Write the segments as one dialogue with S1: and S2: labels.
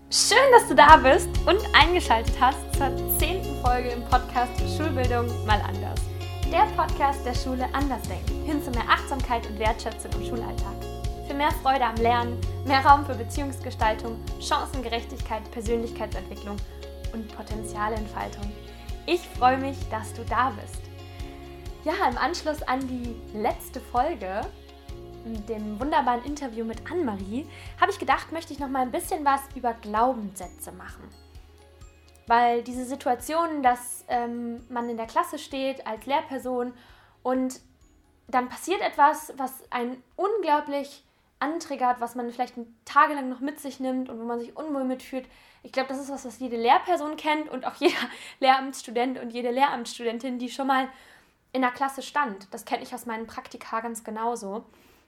S1: Schön, dass du da bist und eingeschaltet hast zur 10. Folge im Podcast Schulbildung mal anders. Der Podcast der Schule Andersdenken, hin zu mehr Achtsamkeit und Wertschätzung im Schulalltag. Für mehr Freude am Lernen, mehr Raum für Beziehungsgestaltung, Chancengerechtigkeit, Persönlichkeitsentwicklung und Potenzialentfaltung. Ich freue mich, dass du da bist. Ja, im Anschluss an die letzte Folge, dem wunderbaren Interview mit Annemarie, habe ich gedacht, möchte ich noch mal ein bisschen was über Glaubenssätze machen. Weil diese Situation, dass man in der Klasse steht als Lehrperson und dann passiert etwas, was einen unglaublich antriggert, was man vielleicht tagelang noch mit sich nimmt und wo man sich unwohl mitfühlt. Ich glaube, das ist was jede Lehrperson kennt und auch jeder Lehramtsstudent und jede Lehramtsstudentin, die schon mal in der Klasse stand. Das kenne ich aus meinen Praktika ganz genauso.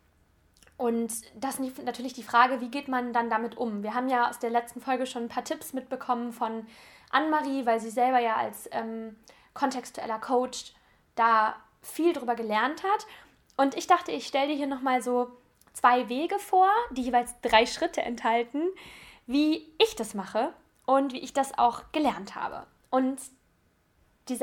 S1: Und das ist natürlich die Frage, wie geht man dann damit um? Wir haben ja aus der letzten Folge schon ein paar Tipps mitbekommen von Annemarie, weil sie selber ja als kontextueller Coach da viel drüber gelernt hat. Und ich dachte, ich stelle dir hier nochmal so 2 Wege vor, die jeweils 3 Schritte enthalten, wie ich das mache und wie ich das auch gelernt habe. Und diese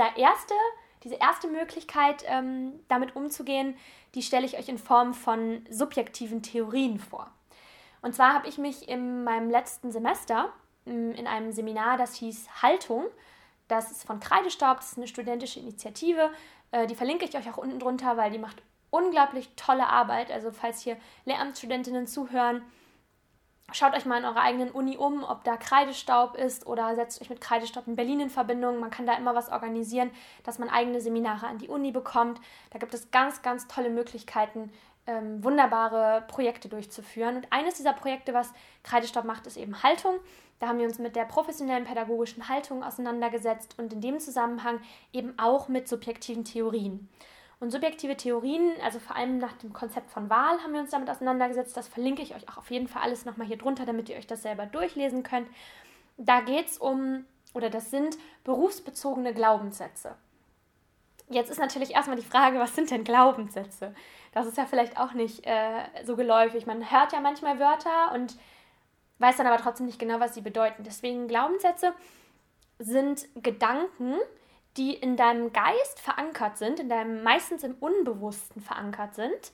S1: erste Möglichkeit, damit umzugehen, die stelle ich euch in Form von subjektiven Theorien vor. Und zwar habe ich mich in meinem letzten Semester in einem Seminar, das hieß Haltung, das ist von Kreidestaub, das ist eine studentische Initiative, die verlinke ich euch auch unten drunter, weil die macht unglaublich tolle Arbeit. Also falls hier Lehramtsstudentinnen zuhören, schaut euch mal in eurer eigenen Uni um, ob da Kreidestaub ist oder setzt euch mit Kreidestaub in Berlin in Verbindung. Man kann da immer was organisieren, dass man eigene Seminare an die Uni bekommt. Da gibt es ganz, ganz tolle Möglichkeiten, wunderbare Projekte durchzuführen. Und eines dieser Projekte, was Kreidestaub macht, ist eben Haltung. Da haben wir uns mit der professionellen pädagogischen Haltung auseinandergesetzt und in dem Zusammenhang eben auch mit subjektiven Theorien. Und subjektive Theorien, also vor allem nach dem Konzept von Wahl, haben wir uns damit auseinandergesetzt. Das verlinke ich euch auch auf jeden Fall alles nochmal hier drunter, damit ihr euch das selber durchlesen könnt. Da geht es das sind berufsbezogene Glaubenssätze. Jetzt ist natürlich erstmal die Frage, was sind denn Glaubenssätze? Das ist ja vielleicht auch nicht so geläufig. Man hört ja manchmal Wörter und weiß dann aber trotzdem nicht genau, was sie bedeuten. Deswegen Glaubenssätze sind Gedanken, die in deinem Geist verankert sind, meistens im Unbewussten verankert sind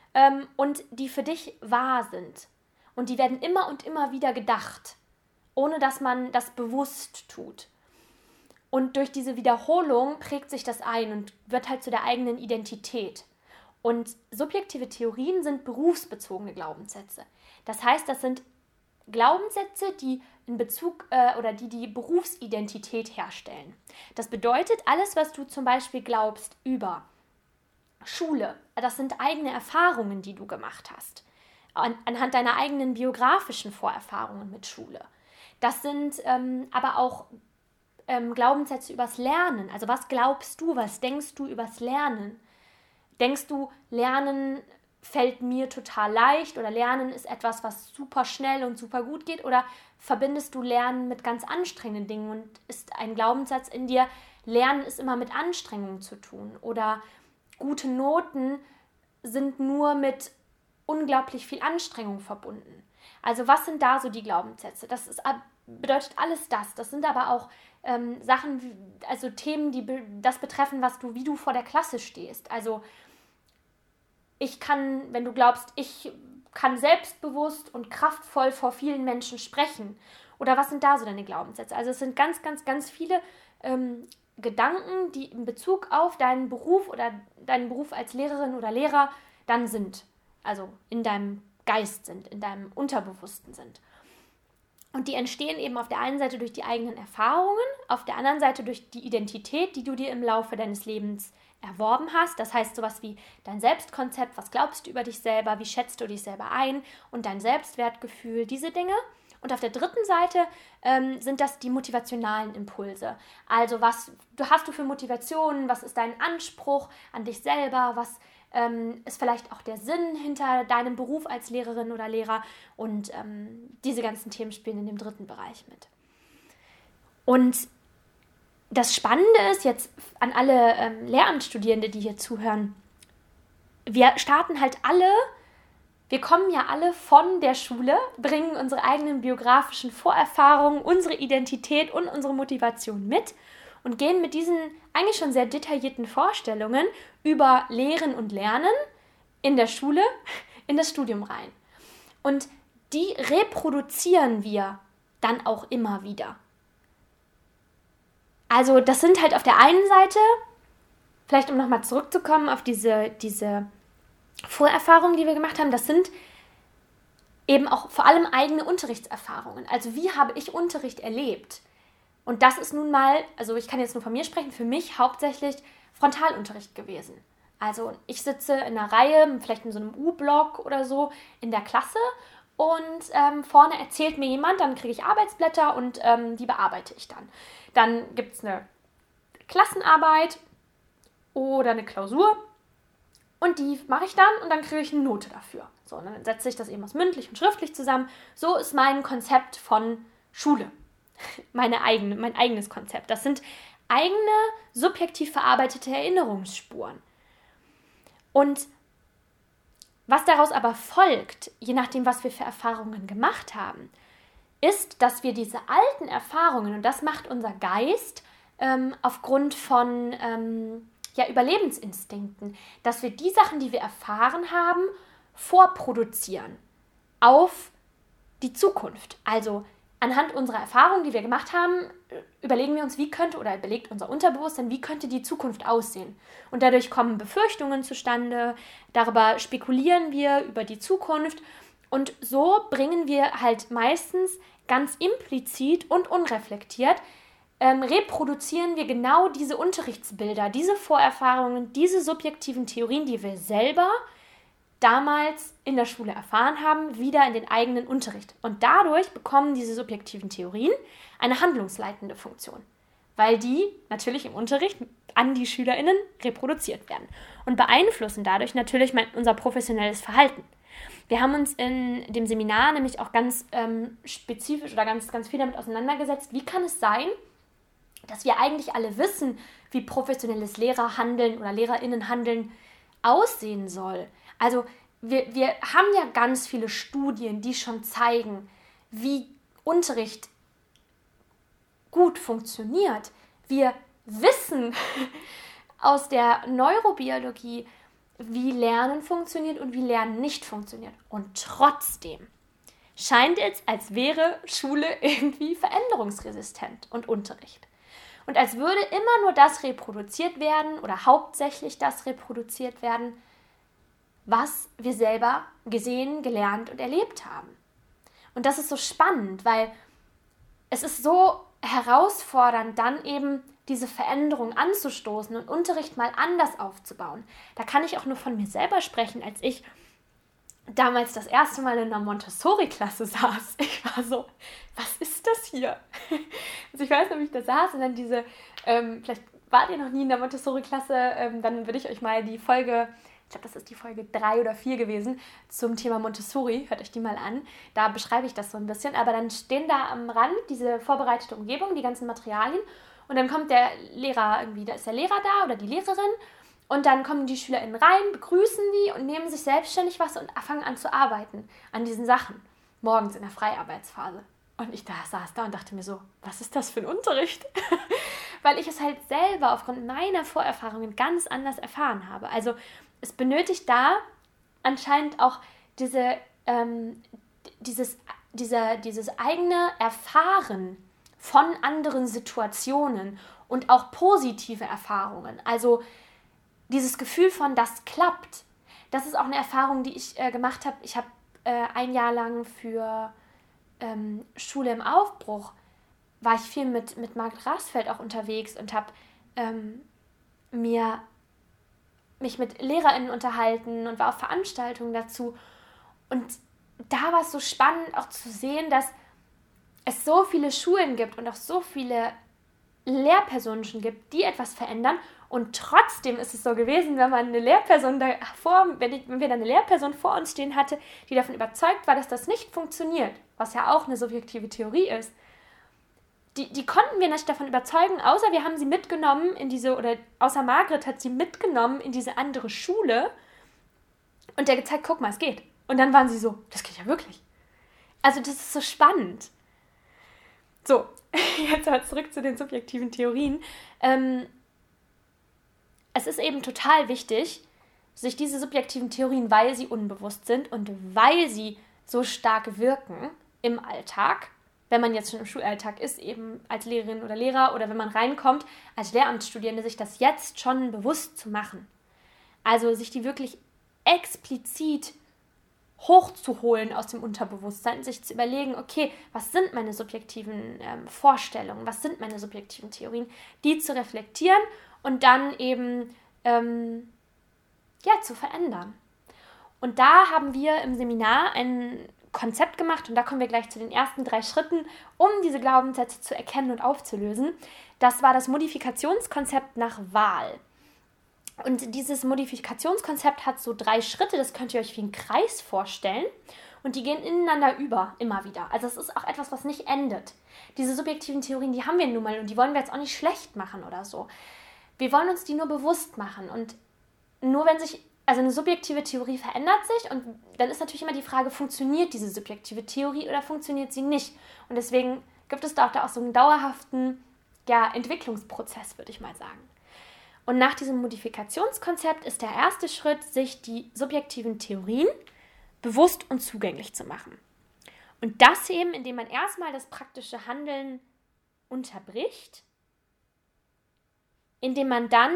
S1: und die für dich wahr sind. Und die werden immer und immer wieder gedacht, ohne dass man das bewusst tut. Und durch diese Wiederholung prägt sich das ein und wird halt zu der eigenen Identität. Und subjektive Theorien sind berufsbezogene Glaubenssätze. Das heißt, das sind Glaubenssätze, die in Bezug die Berufsidentität herstellen. Das bedeutet, alles, was du zum Beispiel glaubst über Schule, das sind eigene Erfahrungen, die du gemacht hast, anhand deiner eigenen biografischen Vorerfahrungen mit Schule. Das sind aber auch Glaubenssätze übers Lernen. Also was glaubst du, was denkst du übers Lernen? Denkst du, Lernen fällt mir total leicht oder Lernen ist etwas, was super schnell und super gut geht, oder verbindest du Lernen mit ganz anstrengenden Dingen und ist ein Glaubenssatz in dir, Lernen ist immer mit Anstrengung zu tun oder gute Noten sind nur mit unglaublich viel Anstrengung verbunden. Also was sind da so die Glaubenssätze? Bedeutet alles das. Das sind aber auch Sachen, also Themen, die das betreffen, wie du vor der Klasse stehst. Also wenn du glaubst, ich kann selbstbewusst und kraftvoll vor vielen Menschen sprechen. Oder was sind da so deine Glaubenssätze? Also es sind ganz, ganz, ganz viele Gedanken, die in Bezug auf deinen Beruf oder deinen Beruf als Lehrerin oder Lehrer dann sind. Also in deinem Geist sind, in deinem Unterbewussten sind. Und die entstehen eben auf der einen Seite durch die eigenen Erfahrungen, auf der anderen Seite durch die Identität, die du dir im Laufe deines Lebens erworben hast. Das heißt sowas wie dein Selbstkonzept, was glaubst du über dich selber, wie schätzt du dich selber ein und dein Selbstwertgefühl, diese Dinge. Und auf der dritten Seite sind das die motivationalen Impulse. Also was hast du für Motivationen, was ist dein Anspruch an dich selber, was ist vielleicht auch der Sinn hinter deinem Beruf als Lehrerin oder Lehrer, und diese ganzen Themen spielen in dem dritten Bereich mit. Und das Spannende ist jetzt an alle Lehramtsstudierende, die hier zuhören, wir starten halt alle wir kommen ja alle von der Schule, bringen unsere eigenen biografischen Vorerfahrungen, unsere Identität und unsere Motivation mit und gehen mit diesen eigentlich schon sehr detaillierten Vorstellungen über Lehren und Lernen in der Schule in das Studium rein. Und die reproduzieren wir dann auch immer wieder. Also das sind halt auf der einen Seite, vielleicht um nochmal zurückzukommen auf diese Vorerfahrungen, die wir gemacht haben, das sind eben auch vor allem eigene Unterrichtserfahrungen. Also wie habe ich Unterricht erlebt? Und das ist nun mal, also ich kann jetzt nur von mir sprechen, für mich hauptsächlich Frontalunterricht gewesen. Also ich sitze in einer Reihe, vielleicht in so einem U-Block oder so, in der Klasse und vorne erzählt mir jemand, dann kriege ich Arbeitsblätter und die bearbeite ich dann. Dann gibt es eine Klassenarbeit oder eine Klausur und die mache ich dann und dann kriege ich eine Note dafür. So, und dann setze ich das eben aus mündlich und schriftlich zusammen. So ist mein Konzept von Schule. Mein eigenes Konzept. Das sind eigene, subjektiv verarbeitete Erinnerungsspuren. Und was daraus aber folgt, je nachdem, was wir für Erfahrungen gemacht haben, ist, dass wir diese alten Erfahrungen, und das macht unser Geist aufgrund von Überlebensinstinkten, dass wir die Sachen, die wir erfahren haben, vorproduzieren auf die Zukunft. Also anhand unserer Erfahrungen, die wir gemacht haben, überlegen wir uns, überlegt unser Unterbewusstsein, wie könnte die Zukunft aussehen. Und dadurch kommen Befürchtungen zustande, darüber spekulieren wir über die Zukunft und so bringen wir halt meistens ganz implizit und unreflektiert, reproduzieren wir genau diese Unterrichtsbilder, diese Vorerfahrungen, diese subjektiven Theorien, die wir selber damals in der Schule erfahren haben, wieder in den eigenen Unterricht. Und dadurch bekommen diese subjektiven Theorien eine handlungsleitende Funktion, weil die natürlich im Unterricht an die SchülerInnen reproduziert werden und beeinflussen dadurch natürlich unser professionelles Verhalten. Wir haben uns in dem Seminar nämlich auch ganz spezifisch oder ganz, ganz viel damit auseinandergesetzt, wie kann es sein, dass wir eigentlich alle wissen, wie professionelles Lehrerhandeln oder LehrerInnenhandeln aussehen soll. Also wir haben ja ganz viele Studien, die schon zeigen, wie Unterricht gut funktioniert. Wir wissen aus der Neurobiologie, wie Lernen funktioniert und wie Lernen nicht funktioniert. Und trotzdem scheint es, als wäre Schule irgendwie veränderungsresistent und Unterricht. Und als würde immer nur das reproduziert werden oder hauptsächlich das reproduziert werden, was wir selber gesehen, gelernt und erlebt haben. Und das ist so spannend, weil es ist so herausfordernd, dann eben diese Veränderung anzustoßen und Unterricht mal anders aufzubauen. Da kann ich auch nur von mir selber sprechen, als ich damals das erste Mal in einer Montessori-Klasse saß. Ich war so, was ist das hier? Also ich weiß noch, wie ich da saß und dann vielleicht wart ihr noch nie in der Montessori-Klasse, dann würde ich euch mal die Folge, ich glaube, das ist die Folge 3 oder 4 gewesen, zum Thema Montessori, hört euch die mal an, da beschreibe ich das so ein bisschen, aber dann stehen da am Rand diese vorbereitete Umgebung, die ganzen Materialien und dann kommt der Lehrer irgendwie, da ist der Lehrer da oder die Lehrerin und dann kommen die SchülerInnen rein, begrüßen die und nehmen sich selbstständig was und fangen an zu arbeiten an diesen Sachen, morgens in der Freiarbeitsphase. Und ich saß da und dachte mir so, was ist das für ein Unterricht? Weil ich es halt selber aufgrund meiner Vorerfahrungen ganz anders erfahren habe. Also es benötigt da anscheinend auch dieses eigene Erfahren von anderen Situationen und auch positive Erfahrungen. Also dieses Gefühl von, das klappt. Das ist auch eine Erfahrung, die ich gemacht habe. Ich habe ein Jahr lang für Schule im Aufbruch, war ich viel mit Margret Rasfeld auch unterwegs und habe mich mit LehrerInnen unterhalten und war auf Veranstaltungen dazu. Und da war es so spannend auch zu sehen, dass es so viele Schulen gibt und auch so viele Lehrpersonen schon gibt, die etwas verändern. Und trotzdem ist es so gewesen, wenn wir da eine Lehrperson vor uns stehen hatte, die davon überzeugt war, dass das nicht funktioniert, was ja auch eine subjektive Theorie ist, die konnten wir nicht davon überzeugen, außer wir haben sie mitgenommen außer Margret hat sie mitgenommen in diese andere Schule und der gezeigt, guck mal, es geht. Und dann waren sie so, das geht ja wirklich. Also das ist so spannend. So, jetzt aber zurück zu den subjektiven Theorien. Es ist eben total wichtig, sich diese subjektiven Theorien, weil sie unbewusst sind und weil sie so stark wirken im Alltag, wenn man jetzt schon im Schulalltag ist, eben als Lehrerin oder Lehrer oder wenn man reinkommt, als Lehramtsstudierende, sich das jetzt schon bewusst zu machen. Also sich die wirklich explizit hochzuholen aus dem Unterbewusstsein, sich zu überlegen, okay, was sind meine subjektiven Vorstellungen, was sind meine subjektiven Theorien, die zu reflektieren und dann eben zu verändern. Und da haben wir im Seminar ein Konzept gemacht und da kommen wir gleich zu den ersten 3 Schritten, um diese Glaubenssätze zu erkennen und aufzulösen. Das war das Modifikationskonzept nach Wahl. Und dieses Modifikationskonzept hat so 3 Schritte, das könnt ihr euch wie einen Kreis vorstellen und die gehen ineinander über, immer wieder. Also es ist auch etwas, was nicht endet. Diese subjektiven Theorien, die haben wir nun mal und die wollen wir jetzt auch nicht schlecht machen oder so. Wir wollen uns die nur bewusst machen und nur wenn sich, also eine subjektive Theorie verändert sich und dann ist natürlich immer die Frage, funktioniert diese subjektive Theorie oder funktioniert sie nicht? Und deswegen gibt es da auch so einen dauerhaften Entwicklungsprozess, würde ich mal sagen. Und nach diesem Modifikationskonzept ist der erste Schritt, sich die subjektiven Theorien bewusst und zugänglich zu machen. Und das eben, indem man erstmal das praktische Handeln unterbricht, indem man dann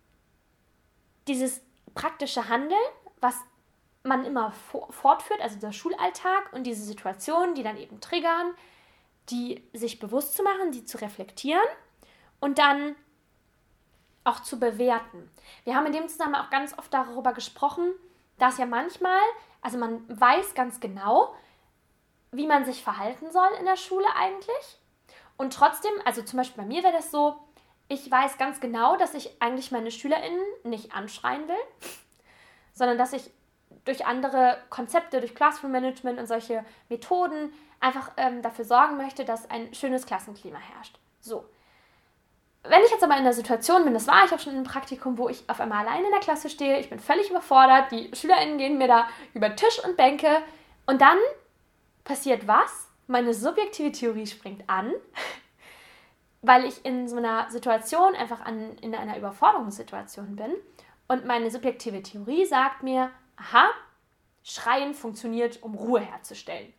S1: dieses praktische Handeln, was man immer fortführt, also der Schulalltag und diese Situationen, die dann eben triggern, die sich bewusst zu machen, die zu reflektieren und dann auch zu bewerten. Wir haben in dem Zusammenhang auch ganz oft darüber gesprochen, dass ja manchmal, also man weiß ganz genau, wie man sich verhalten soll in der Schule eigentlich und trotzdem, also zum Beispiel bei mir wäre das so, ich weiß ganz genau, dass ich eigentlich meine SchülerInnen nicht anschreien will, sondern dass ich durch andere Konzepte, durch Classroom Management und solche Methoden einfach dafür sorgen möchte, dass ein schönes Klassenklima herrscht. So. Wenn ich jetzt aber in der Situation bin, das war ich auch schon in einem Praktikum, wo ich auf einmal alleine in der Klasse stehe, ich bin völlig überfordert, die SchülerInnen gehen mir da über Tisch und Bänke und dann passiert was? Meine subjektive Theorie springt an, weil ich in so einer Situation einfach in einer Überforderungssituation bin und meine subjektive Theorie sagt mir, aha, Schreien funktioniert, um Ruhe herzustellen.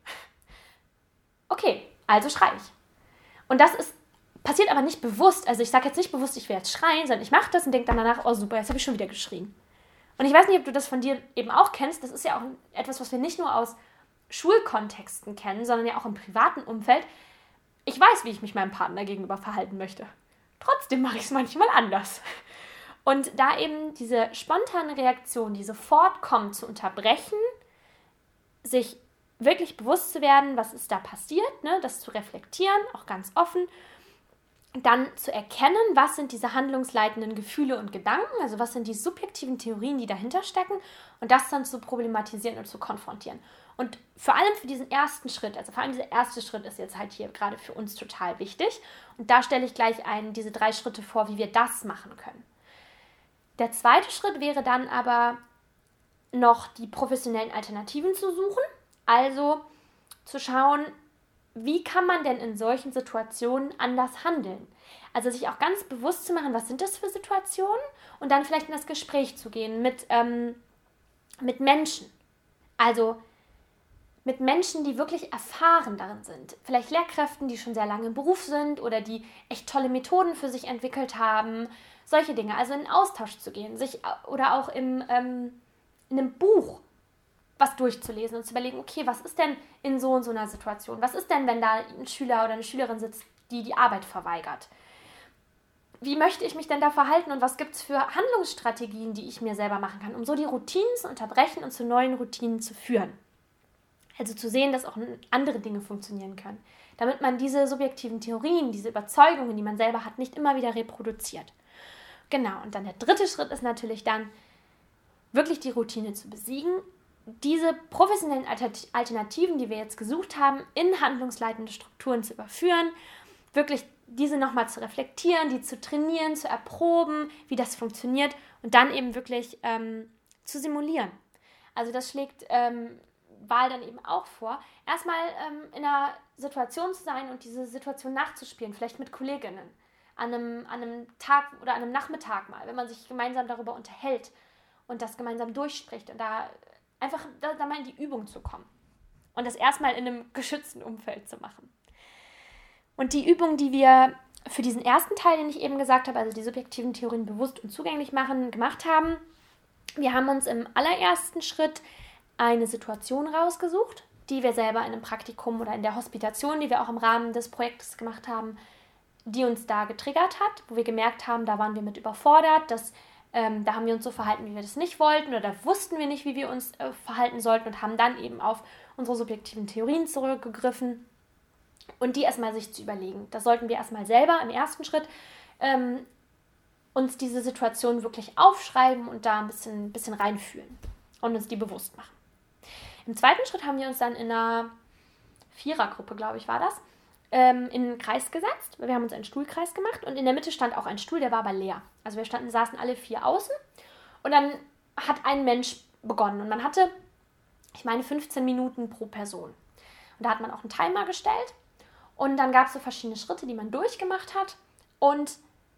S1: Okay, also schreie ich. Und das passiert aber nicht bewusst, also ich sage jetzt nicht bewusst, ich werde jetzt schreien, sondern ich mache das und denke dann danach, oh super, jetzt habe ich schon wieder geschrien. Und ich weiß nicht, ob du das von dir eben auch kennst, das ist ja auch etwas, was wir nicht nur aus Schulkontexten kennen, sondern ja auch im privaten Umfeld. Ich weiß, wie ich mich meinem Partner gegenüber verhalten möchte. Trotzdem mache ich es manchmal anders. Und da eben diese spontane Reaktion, die sofort kommt, zu unterbrechen, sich wirklich bewusst zu werden, was ist da passiert, ne? Das zu reflektieren, auch ganz offen, dann zu erkennen, was sind diese handlungsleitenden Gefühle und Gedanken, also was sind die subjektiven Theorien, die dahinter stecken und das dann zu problematisieren und zu konfrontieren. Und vor allem für diesen ersten Schritt, also vor allem dieser erste Schritt ist jetzt halt hier gerade für uns total wichtig. Und da stelle ich gleich diese 3 Schritte vor, wie wir das machen können. Der zweite Schritt wäre dann aber noch die professionellen Alternativen zu suchen. Also zu schauen, wie kann man denn in solchen Situationen anders handeln? Also sich auch ganz bewusst zu machen, was sind das für Situationen? Und dann vielleicht in das Gespräch zu gehen mit Menschen. Also mit Menschen, die wirklich erfahren darin sind. Vielleicht Lehrkräften, die schon sehr lange im Beruf sind oder die echt tolle Methoden für sich entwickelt haben. Solche Dinge. Also in den Austausch zu gehen. Oder auch in einem Buch was durchzulesen und zu überlegen, okay, was ist denn in so und so einer Situation? Was ist denn, wenn da ein Schüler oder eine Schülerin sitzt, die die Arbeit verweigert? Wie möchte ich mich denn da verhalten und was gibt es für Handlungsstrategien, die ich mir selber machen kann, um so die Routinen zu unterbrechen und zu neuen Routinen zu führen? Also zu sehen, dass auch andere Dinge funktionieren können, damit man diese subjektiven Theorien, diese Überzeugungen, die man selber hat, nicht immer wieder reproduziert. Genau, und dann der dritte Schritt ist natürlich dann, wirklich die Routine zu besiegen, diese professionellen Alternativen, die wir jetzt gesucht haben, in handlungsleitende Strukturen zu überführen, wirklich diese nochmal zu reflektieren, die zu trainieren, zu erproben, wie das funktioniert und dann eben wirklich zu simulieren. Also das schlägt Wahl dann eben auch vor, erstmal in einer Situation zu sein und diese Situation nachzuspielen, vielleicht mit Kolleginnen, an einem Tag oder an einem Nachmittag mal, wenn man sich gemeinsam darüber unterhält und das gemeinsam durchspricht und da einfach da mal in die Übung zu kommen und das erstmal in einem geschützten Umfeld zu machen. Und die Übung, die wir für diesen ersten Teil, den ich eben gesagt habe, also die subjektiven Theorien bewusst und zugänglich machen, gemacht haben, wir haben uns im allerersten Schritt eine Situation rausgesucht, die wir selber in einem Praktikum oder in der Hospitation, die wir auch im Rahmen des Projektes gemacht haben, die uns da getriggert hat, wo wir gemerkt haben, da waren wir mit überfordert, da haben wir uns so verhalten, wie wir das nicht wollten oder da wussten wir nicht, wie wir uns verhalten sollten und haben dann eben auf unsere subjektiven Theorien zurückgegriffen und die erstmal sich zu überlegen. Das sollten wir erstmal selber im ersten Schritt uns diese Situation wirklich aufschreiben und da ein bisschen reinfühlen und uns die bewusst machen. Im zweiten Schritt haben wir uns dann in einer Vierergruppe, glaube ich, war das, in einen Kreis gesetzt. Wir haben uns einen Stuhlkreis gemacht und in der Mitte stand auch ein Stuhl, der war aber leer. Also wir saßen alle 4 außen und dann hat ein Mensch begonnen und man hatte, ich meine, 15 Minuten pro Person. Und da hat man auch einen Timer gestellt und dann gab es so verschiedene Schritte, die man durchgemacht hat und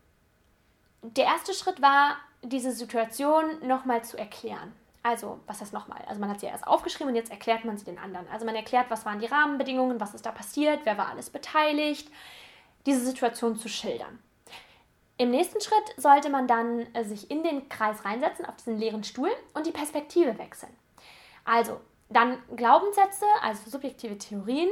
S1: der erste Schritt war, diese Situation nochmal zu erklären. Also, was heißt nochmal? Also man hat sie ja erst aufgeschrieben und jetzt erklärt man sie den anderen. Also man erklärt, was waren die Rahmenbedingungen, was ist da passiert, wer war alles beteiligt, diese Situation zu schildern. Im nächsten Schritt sollte man dann sich in den Kreis reinsetzen, auf diesen leeren Stuhl und die Perspektive wechseln. Also dann Glaubenssätze, also subjektive Theorien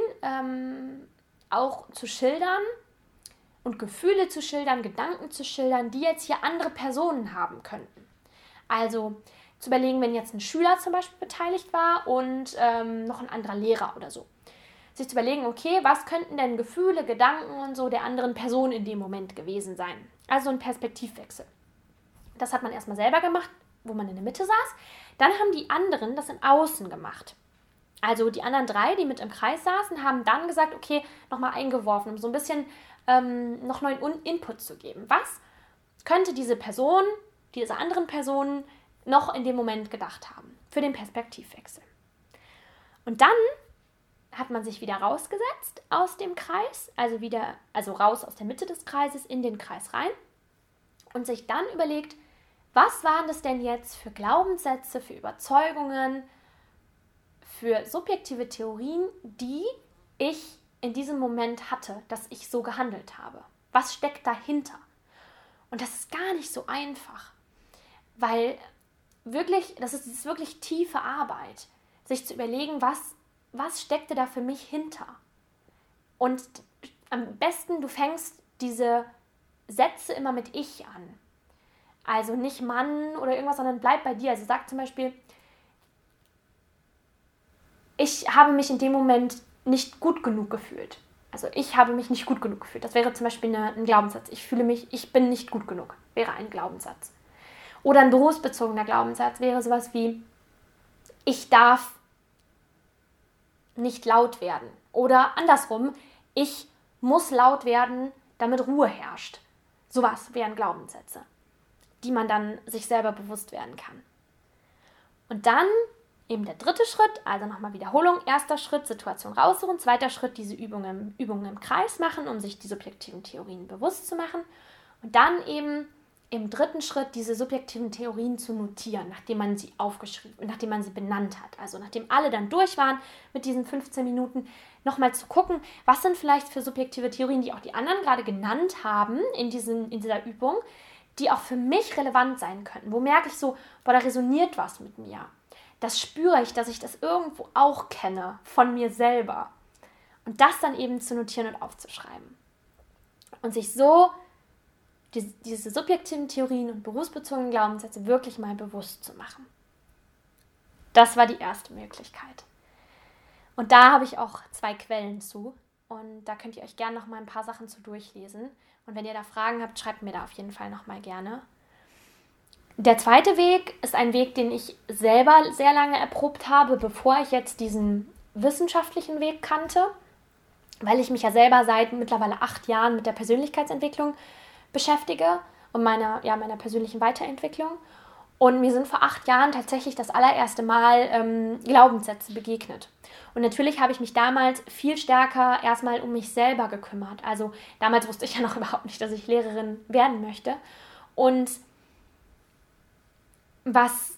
S1: auch zu schildern und Gefühle zu schildern, Gedanken zu schildern, die jetzt hier andere Personen haben könnten. Also zu überlegen, wenn jetzt ein Schüler zum Beispiel beteiligt war und noch ein anderer Lehrer oder so. Sich zu überlegen, okay, was könnten denn Gefühle, Gedanken und so der anderen Person in dem Moment gewesen sein? Also ein Perspektivwechsel. Das hat man erstmal selber gemacht, wo man in der Mitte saß. Dann haben die anderen das im Außen gemacht. Also die anderen 3, die mit im Kreis saßen, haben dann gesagt, okay, nochmal eingeworfen, um so ein bisschen noch neuen Input zu geben. Was könnte diese Person, diese anderen Personen noch in dem Moment gedacht haben für den Perspektivwechsel? Und dann hat man sich wieder rausgesetzt aus dem Kreis, also raus aus der Mitte des Kreises in den Kreis rein und sich dann überlegt, was waren das denn jetzt für Glaubenssätze, für Überzeugungen, für subjektive Theorien, die ich in diesem Moment hatte, dass ich so gehandelt habe. Was steckt dahinter? Und das ist gar nicht so einfach, weil wirklich, das ist wirklich tiefe Arbeit, sich zu überlegen, was steckte da für mich hinter? Und am besten, du fängst diese Sätze immer mit Ich an. Also nicht Mann oder irgendwas, sondern bleib bei dir. Also sag zum Beispiel, ich habe mich in dem Moment nicht gut genug gefühlt. Also ich habe mich nicht gut genug gefühlt. Das wäre zum Beispiel ein Glaubenssatz. Ich bin nicht gut genug, wäre ein Glaubenssatz. Oder ein berufsbezogener Glaubenssatz wäre sowas wie, ich darf nicht laut werden. Oder andersrum, ich muss laut werden, damit Ruhe herrscht. Sowas wären Glaubenssätze, die man dann sich selber bewusst werden kann. Und dann eben der dritte Schritt, also nochmal Wiederholung. Erster Schritt, Situation raussuchen. Zweiter Schritt, diese Übungen im Kreis machen, um sich die subjektiven Theorien bewusst zu machen. Und dann eben im dritten Schritt diese subjektiven Theorien zu notieren, nachdem man sie aufgeschrieben, nachdem man sie benannt hat. Also nachdem alle dann durch waren mit diesen 15 Minuten, nochmal zu gucken, was sind vielleicht für subjektive Theorien, die auch die anderen gerade genannt haben in dieser Übung, die auch für mich relevant sein könnten. Wo merke ich so, da resoniert was mit mir. Das spüre ich, dass ich das irgendwo auch kenne, von mir selber. Und das dann eben zu notieren und aufzuschreiben. Und sich so diese subjektiven Theorien und berufsbezogenen Glaubenssätze wirklich mal bewusst zu machen. Das war die erste Möglichkeit. Und da habe ich auch 2 Quellen zu. Und da könnt ihr euch gerne noch mal ein paar Sachen zu durchlesen. Und wenn ihr da Fragen habt, schreibt mir da auf jeden Fall noch mal gerne. Der zweite Weg ist ein Weg, den ich selber sehr lange erprobt habe, bevor ich jetzt diesen wissenschaftlichen Weg kannte, weil ich mich ja selber seit mittlerweile 8 Jahren mit der Persönlichkeitsentwicklung beschäftige und meiner persönlichen Weiterentwicklung. Und mir sind vor 8 Jahren tatsächlich das allererste Mal Glaubenssätze begegnet. Und natürlich habe ich mich damals viel stärker erstmal um mich selber gekümmert. Also damals wusste ich ja noch überhaupt nicht, dass ich Lehrerin werden möchte. Und was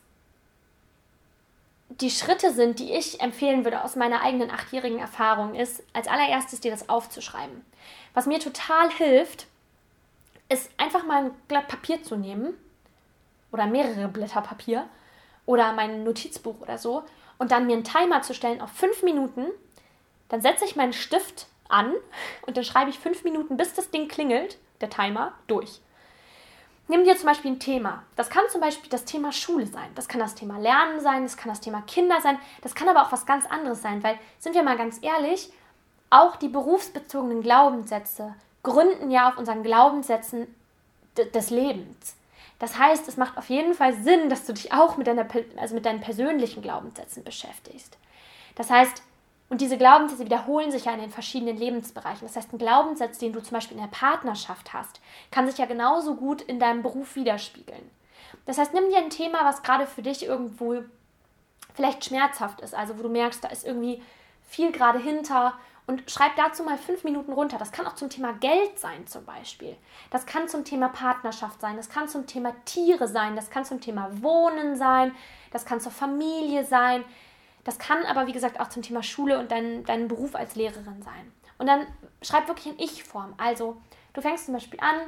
S1: die Schritte sind, die ich empfehlen würde aus meiner eigenen 8-jährigen Erfahrung, ist, als allererstes dir das aufzuschreiben. Was mir total hilft, ist einfach mal ein Blatt Papier zu nehmen oder mehrere Blätter Papier oder mein Notizbuch oder so und dann mir einen Timer zu stellen auf 5 Minuten. Dann setze ich meinen Stift an und dann schreibe ich 5 Minuten, bis das Ding klingelt, der Timer, durch. Nimm dir zum Beispiel ein Thema. Das kann zum Beispiel das Thema Schule sein. Das kann das Thema Lernen sein, das kann das Thema Kinder sein. Das kann aber auch was ganz anderes sein, weil, sind wir mal ganz ehrlich, auch die berufsbezogenen Glaubenssätze gründen ja auf unseren Glaubenssätzen des Lebens. Das heißt, es macht auf jeden Fall Sinn, dass du dich auch mit deinen persönlichen Glaubenssätzen beschäftigst. Das heißt, und diese Glaubenssätze wiederholen sich ja in den verschiedenen Lebensbereichen. Das heißt, ein Glaubenssatz, den du zum Beispiel in der Partnerschaft hast, kann sich ja genauso gut in deinem Beruf widerspiegeln. Das heißt, nimm dir ein Thema, was gerade für dich irgendwo vielleicht schmerzhaft ist, also wo du merkst, da ist irgendwie viel gerade hinter und schreib dazu mal 5 Minuten runter. Das kann auch zum Thema Geld sein zum Beispiel. Das kann zum Thema Partnerschaft sein, das kann zum Thema Tiere sein, das kann zum Thema Wohnen sein, das kann zur Familie sein. Das kann aber, wie gesagt, auch zum Thema Schule und deinen Beruf als Lehrerin sein. Und dann schreib wirklich in Ich-Form. Also, du fängst zum Beispiel an,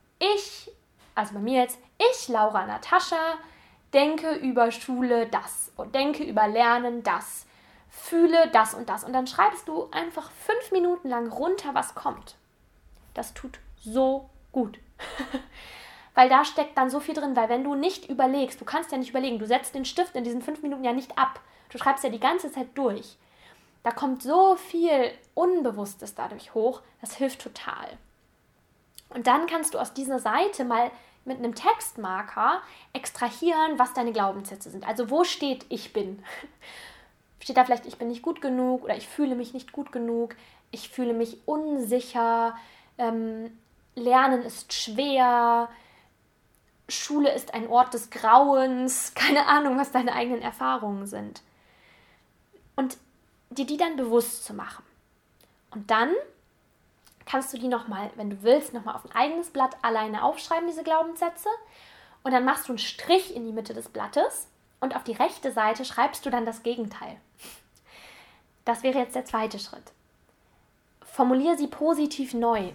S1: also bei mir jetzt, ich, Laura Natascha, denke über Schule das und denke über Lernen das, fühle das und das. Und dann schreibst du einfach 5 Minuten lang runter, was kommt. Das tut so gut. Weil da steckt dann so viel drin, weil wenn du nicht überlegst, du kannst ja nicht überlegen, du setzt den Stift in diesen 5 Minuten ja nicht ab. Du schreibst ja die ganze Zeit durch. Da kommt so viel Unbewusstes dadurch hoch, das hilft total. Und dann kannst du aus dieser Seite mal mit einem Textmarker extrahieren, was deine Glaubenssätze sind. Also wo steht ich bin? Steht da vielleicht, ich bin nicht gut genug oder ich fühle mich nicht gut genug, ich fühle mich unsicher, Lernen ist schwer, Schule ist ein Ort des Grauens, keine Ahnung, was deine eigenen Erfahrungen sind. Und dir die dann bewusst zu machen. Und dann kannst du die nochmal, wenn du willst, nochmal auf ein eigenes Blatt alleine aufschreiben, diese Glaubenssätze. Und dann machst du einen Strich in die Mitte des Blattes und auf die rechte Seite schreibst du dann das Gegenteil. Das wäre jetzt der zweite Schritt. Formulier sie positiv neu.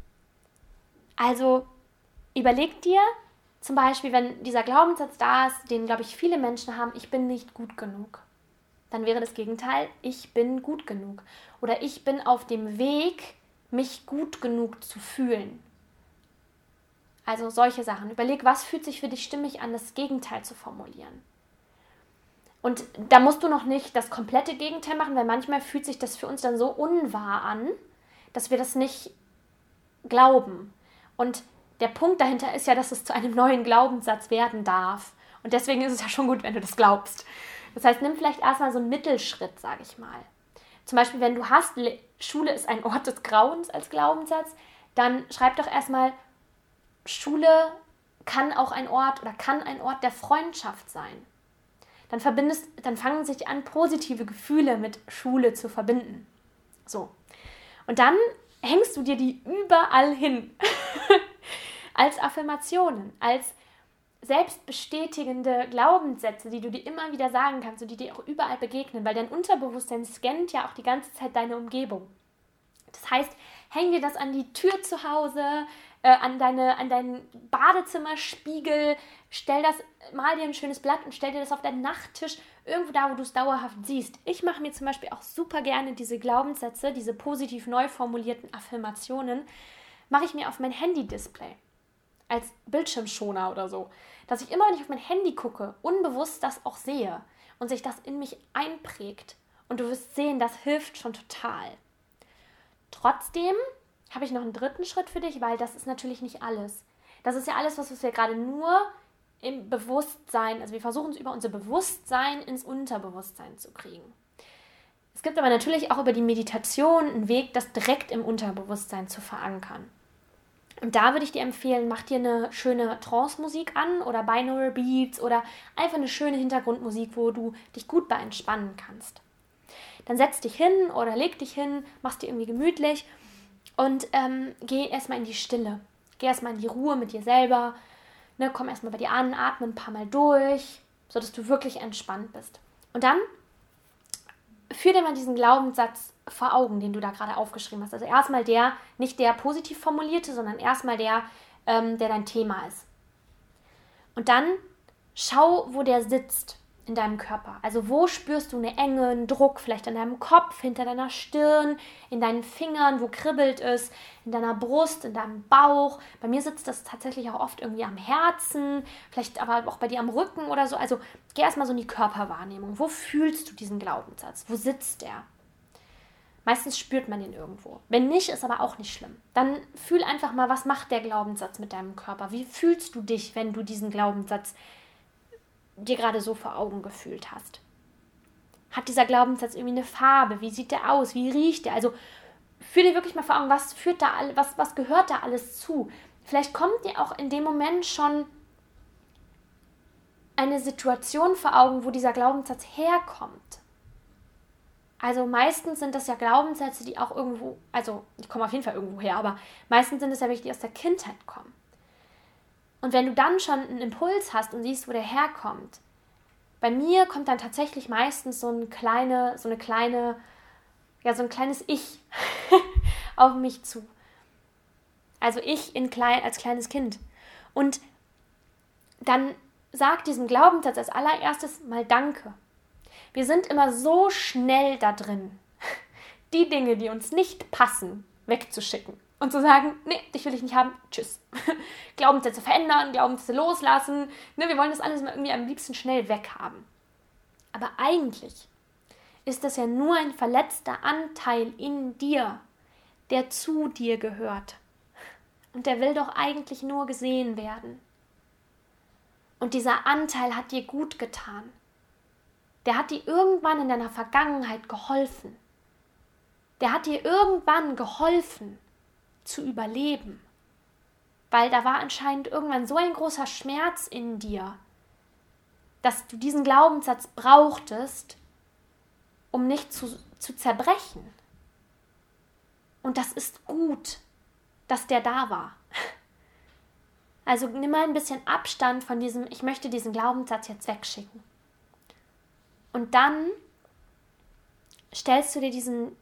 S1: Also überleg dir zum Beispiel, wenn dieser Glaubenssatz da ist, den, glaube ich, viele Menschen haben, ich bin nicht gut genug. Dann wäre das Gegenteil, ich bin gut genug. Oder ich bin auf dem Weg, mich gut genug zu fühlen. Also solche Sachen. Überleg, was fühlt sich für dich stimmig an, das Gegenteil zu formulieren. Und da musst du noch nicht das komplette Gegenteil machen, weil manchmal fühlt sich das für uns dann so unwahr an, dass wir das nicht glauben. Und der Punkt dahinter ist ja, dass es zu einem neuen Glaubenssatz werden darf. Und deswegen ist es ja schon gut, wenn du das glaubst. Das heißt, nimm vielleicht erstmal so einen Mittelschritt, sage ich mal. Zum Beispiel, wenn du hast, Schule ist ein Ort des Grauens als Glaubenssatz, dann schreib doch erstmal, Schule kann ein Ort der Freundschaft sein. Dann fangen sich an, positive Gefühle mit Schule zu verbinden. So. Und dann hängst du dir die überall hin. Als Affirmationen, als selbstbestätigende Glaubenssätze, die du dir immer wieder sagen kannst und die dir auch überall begegnen, weil dein Unterbewusstsein scannt ja auch die ganze Zeit deine Umgebung. Das heißt, häng dir das an die Tür zu Hause, an deinen Badezimmerspiegel, mal dir ein schönes Blatt und stell dir das auf deinen Nachttisch, irgendwo da, wo du es dauerhaft siehst. Ich mache mir zum Beispiel auch super gerne diese Glaubenssätze, diese positiv neu formulierten Affirmationen, mache ich mir auf mein Handy-Display. Als Bildschirmschoner oder so, dass ich immer, wenn ich auf mein Handy gucke, unbewusst das auch sehe und sich das in mich einprägt. Und du wirst sehen, das hilft schon total. Trotzdem habe ich noch einen dritten Schritt für dich, weil das ist natürlich nicht alles. Das ist ja alles, was wir gerade nur im Bewusstsein, also wir versuchen es über unser Bewusstsein ins Unterbewusstsein zu kriegen. Es gibt aber natürlich auch über die Meditation einen Weg, das direkt im Unterbewusstsein zu verankern. Und da würde ich dir empfehlen, mach dir eine schöne Trance-Musik an oder Binaural Beats oder einfach eine schöne Hintergrundmusik, wo du dich gut bei entspannen kannst. Dann setz dich hin oder leg dich hin, mach's dir irgendwie gemütlich und geh erstmal in die Stille. Geh erstmal in die Ruhe mit dir selber. Ne, komm erstmal bei dir an, atme ein paar Mal durch, sodass du wirklich entspannt bist. Und dann führ dir mal diesen Glaubenssatz vor Augen, den du da gerade aufgeschrieben hast. Also erstmal der, nicht der positiv formulierte, sondern erstmal der, der dein Thema ist. Und dann schau, wo der sitzt in deinem Körper. Also wo spürst du eine Enge, einen Druck, vielleicht an deinem Kopf, hinter deiner Stirn, in deinen Fingern, wo kribbelt es, in deiner Brust, in deinem Bauch. Bei mir sitzt das tatsächlich auch oft irgendwie am Herzen, vielleicht aber auch bei dir am Rücken oder so. Also geh erstmal so in die Körperwahrnehmung. Wo fühlst du diesen Glaubenssatz? Wo sitzt der? Meistens spürt man den irgendwo. Wenn nicht, ist aber auch nicht schlimm. Dann fühl einfach mal, was macht der Glaubenssatz mit deinem Körper? Wie fühlst du dich, wenn du diesen Glaubenssatz dir gerade so vor Augen gefühlt hast? Hat dieser Glaubenssatz irgendwie eine Farbe? Wie sieht der aus? Wie riecht der? Also fühl dir wirklich mal vor Augen, was gehört da alles zu? Vielleicht kommt dir auch in dem Moment schon eine Situation vor Augen, wo dieser Glaubenssatz herkommt. Also meistens sind das ja Glaubenssätze, die auch irgendwo, also die kommen auf jeden Fall irgendwo her, aber meistens sind es ja welche, die aus der Kindheit kommen. Und wenn du dann schon einen Impuls hast und siehst, wo der herkommt, bei mir kommt dann tatsächlich meistens so ein kleines Ich auf mich zu. Also ich als kleines Kind. Und dann sag diesem Glaubenssatz als allererstes mal Danke. Wir sind immer so schnell da drin, die Dinge, die uns nicht passen, wegzuschicken. Und zu sagen, nee, dich will ich nicht haben, tschüss. Glaubenssätze verändern, Glaubenssätze loslassen. Ne, wir wollen das alles mal irgendwie am liebsten schnell weghaben. Aber eigentlich ist das ja nur ein verletzter Anteil in dir, der zu dir gehört. Und der will doch eigentlich nur gesehen werden. Und dieser Anteil hat dir gut getan. Der hat dir irgendwann in deiner Vergangenheit geholfen. Der hat dir irgendwann geholfen, zu überleben. Weil da war anscheinend irgendwann so ein großer Schmerz in dir, dass du diesen Glaubenssatz brauchtest, um nicht zu zerbrechen. Und das ist gut, dass der da war. Also nimm mal ein bisschen Abstand von diesem, ich möchte diesen Glaubenssatz jetzt wegschicken. Und dann stellst du dir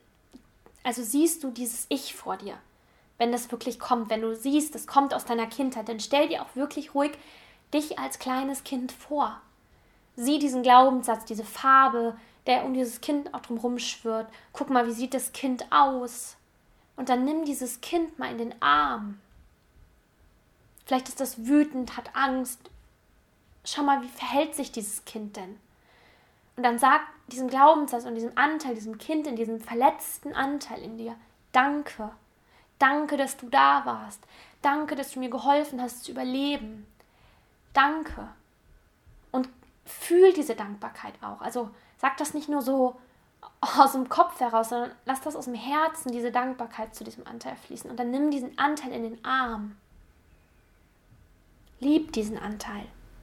S1: siehst du dieses Ich vor dir. Wenn das wirklich kommt, wenn du siehst, das kommt aus deiner Kindheit, dann stell dir auch wirklich ruhig dich als kleines Kind vor. Sieh diesen Glaubenssatz, diese Farbe, der um dieses Kind auch drumherum schwirrt. Guck mal, wie sieht das Kind aus? Und dann nimm dieses Kind mal in den Arm. Vielleicht ist das wütend, hat Angst. Schau mal, wie verhält sich dieses Kind denn? Und dann sag diesem Glaubenssatz und diesem Anteil, diesem Kind, in diesem verletzten Anteil in dir, danke. Danke, dass du da warst. Danke, dass du mir geholfen hast zu überleben. Danke. Und fühl diese Dankbarkeit auch. Also sag das nicht nur so aus dem Kopf heraus, sondern lass das aus dem Herzen, diese Dankbarkeit zu diesem Anteil fließen. Und dann nimm diesen Anteil in den Arm. Lieb diesen Anteil.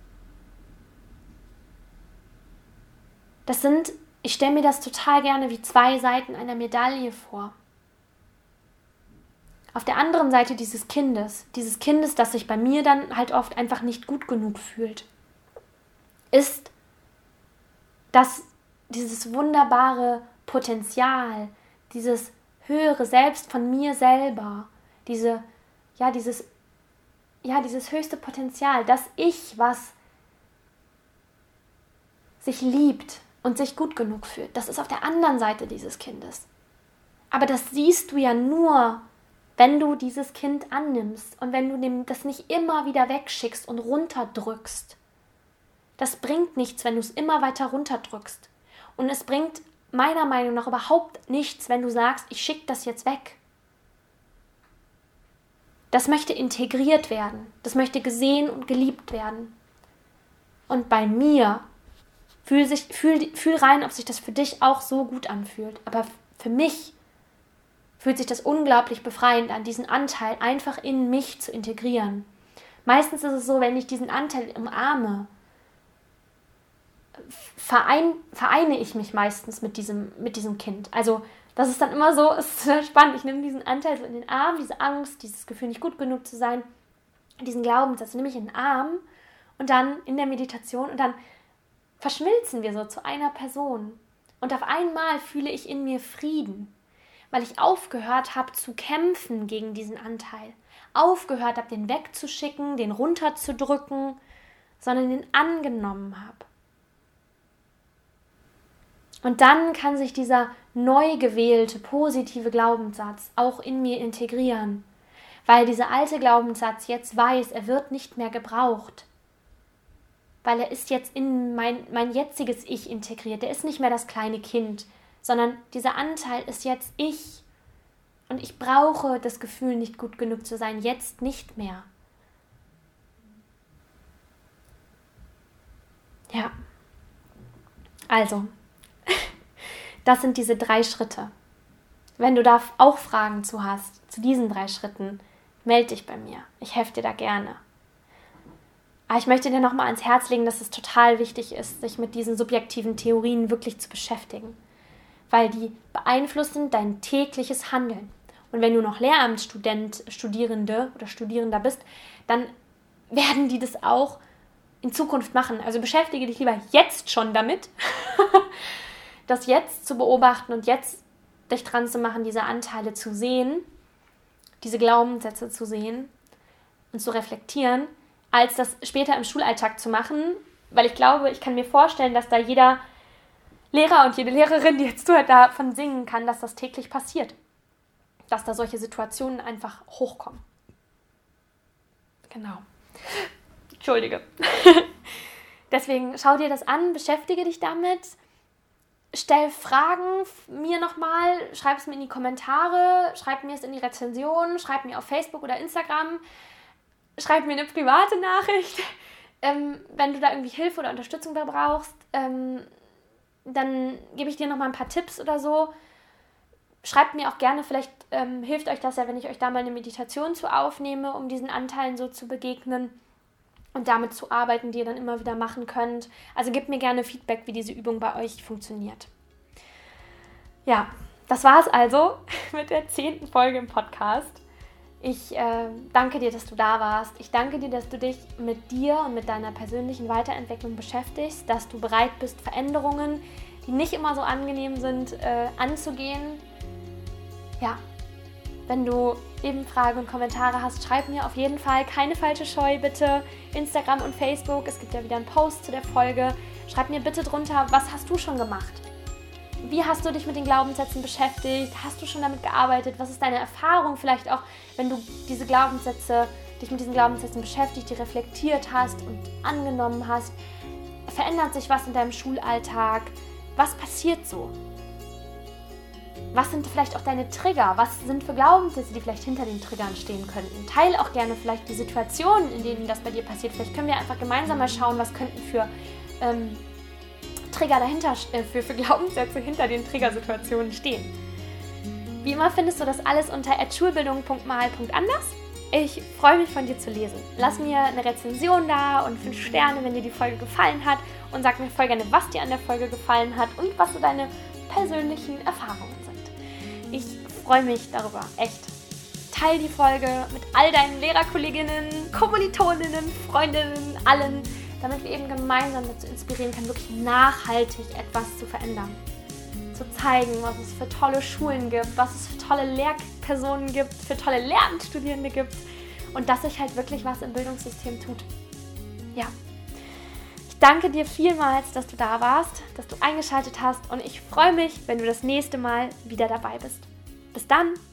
S1: Ich stelle mir das total gerne wie zwei Seiten einer Medaille vor. Auf der anderen Seite dieses Kindes, das sich bei mir dann halt oft einfach nicht gut genug fühlt, ist dieses wunderbare Potenzial, dieses höhere Selbst von mir selber, dieses höchste Potenzial, das Ich, was sich liebt und sich gut genug fühlt. Das ist auf der anderen Seite dieses Kindes. Aber das siehst du ja nur, wenn du dieses Kind annimmst und wenn du das nicht immer wieder wegschickst und runterdrückst. Das bringt nichts, wenn du es immer weiter runterdrückst. Und es bringt meiner Meinung nach überhaupt nichts, wenn du sagst, ich schicke das jetzt weg. Das möchte integriert werden. Das möchte gesehen und geliebt werden. Und bei mir, fühl rein, ob sich das für dich auch so gut anfühlt. Aber für mich fühlt sich das unglaublich befreiend an, diesen Anteil einfach in mich zu integrieren. Meistens ist es so, wenn ich diesen Anteil umarme, vereine ich mich meistens mit diesem Kind. Also das ist dann immer so, es ist sehr spannend, ich nehme diesen Anteil so in den Arm, diese Angst, dieses Gefühl, nicht gut genug zu sein, diesen Glaubenssatz nehme ich in den Arm und dann in der Meditation und dann verschmilzen wir so zu einer Person. Und auf einmal fühle ich in mir Frieden, weil ich aufgehört habe zu kämpfen gegen diesen Anteil. Aufgehört habe, den wegzuschicken, den runterzudrücken, sondern den angenommen habe. Und dann kann sich dieser neu gewählte, positive Glaubenssatz auch in mir integrieren, weil dieser alte Glaubenssatz jetzt weiß, er wird nicht mehr gebraucht, weil er ist jetzt in mein jetziges Ich integriert. Er ist nicht mehr das kleine Kind, sondern dieser Anteil ist jetzt ich. Und ich brauche das Gefühl, nicht gut genug zu sein, jetzt nicht mehr. Ja, also, das sind diese 3 Schritte. Wenn du da auch Fragen zu hast, zu diesen 3 Schritten, melde dich bei mir. Ich helfe dir da gerne. Aber ich möchte dir nochmal ans Herz legen, dass es total wichtig ist, sich mit diesen subjektiven Theorien wirklich zu beschäftigen. Weil die beeinflussen dein tägliches Handeln. Und wenn du noch Studierender bist, dann werden die das auch in Zukunft machen. Also beschäftige dich lieber jetzt schon damit, das jetzt zu beobachten und jetzt dich dran zu machen, diese Anteile zu sehen, diese Glaubenssätze zu sehen und zu reflektieren, als das später im Schulalltag zu machen, weil ich glaube, ich kann mir vorstellen, dass da jeder Lehrer und jede Lehrerin, die jetzt zuhört, davon singen kann, dass das täglich passiert, dass da solche Situationen einfach hochkommen. Genau. Entschuldige. Deswegen schau dir das an, beschäftige dich damit, stell Fragen mir nochmal, schreib es mir in die Kommentare, schreib mir es in die Rezension, schreib mir auf Facebook oder Instagram, schreib mir eine private Nachricht. Wenn du da irgendwie Hilfe oder Unterstützung da brauchst, dann gebe ich dir nochmal ein paar Tipps oder so. Schreibt mir auch gerne, vielleicht hilft euch das ja, wenn ich euch da mal eine Meditation zu aufnehme, um diesen Anteilen so zu begegnen und damit zu arbeiten, die ihr dann immer wieder machen könnt. Also gebt mir gerne Feedback, wie diese Übung bei euch funktioniert. Ja, das war es also mit der 10. Folge im Podcast. Ich danke dir, dass du da warst. Ich danke dir, dass du dich mit dir und mit deiner persönlichen Weiterentwicklung beschäftigst, dass du bereit bist, Veränderungen, die nicht immer so angenehm sind, anzugehen. Ja, wenn du eben Fragen und Kommentare hast, schreib mir auf jeden Fall. Keine falsche Scheu, bitte. Instagram und Facebook, es gibt ja wieder einen Post zu der Folge. Schreib mir bitte drunter, was hast du schon gemacht? Wie hast du dich mit den Glaubenssätzen beschäftigt? Hast du schon damit gearbeitet? Was ist deine Erfahrung vielleicht auch, wenn du dich mit diesen Glaubenssätzen beschäftigt, die reflektiert hast und angenommen hast? Verändert sich was in deinem Schulalltag? Was passiert so? Was sind vielleicht auch deine Trigger? Was sind für Glaubenssätze, die vielleicht hinter den Triggern stehen könnten? Teil auch gerne vielleicht die Situationen, in denen das bei dir passiert. Vielleicht können wir einfach gemeinsam mal schauen, was könnten für Trigger dahinter, für Glaubenssätze hinter den Triggersituationen stehen. Wie immer findest du das alles unter @schulbildung.mal.anders. Ich freue mich, von dir zu lesen. Lass mir eine Rezension da und 5 Sterne, wenn dir die Folge gefallen hat, und sag mir voll gerne, was dir an der Folge gefallen hat und was so deine persönlichen Erfahrungen sind. Ich freue mich darüber, echt. Teil die Folge mit all deinen Lehrerkolleginnen, Kommilitoninnen, Freundinnen, allen, damit wir eben gemeinsam dazu inspirieren können, wirklich nachhaltig etwas zu verändern. Zu zeigen, was es für tolle Schulen gibt, was es für tolle Lehrpersonen gibt, für tolle Lehramtsstudierende gibt und dass sich halt wirklich was im Bildungssystem tut. Ja. Ich danke dir vielmals, dass du da warst, dass du eingeschaltet hast und ich freue mich, wenn du das nächste Mal wieder dabei bist. Bis dann!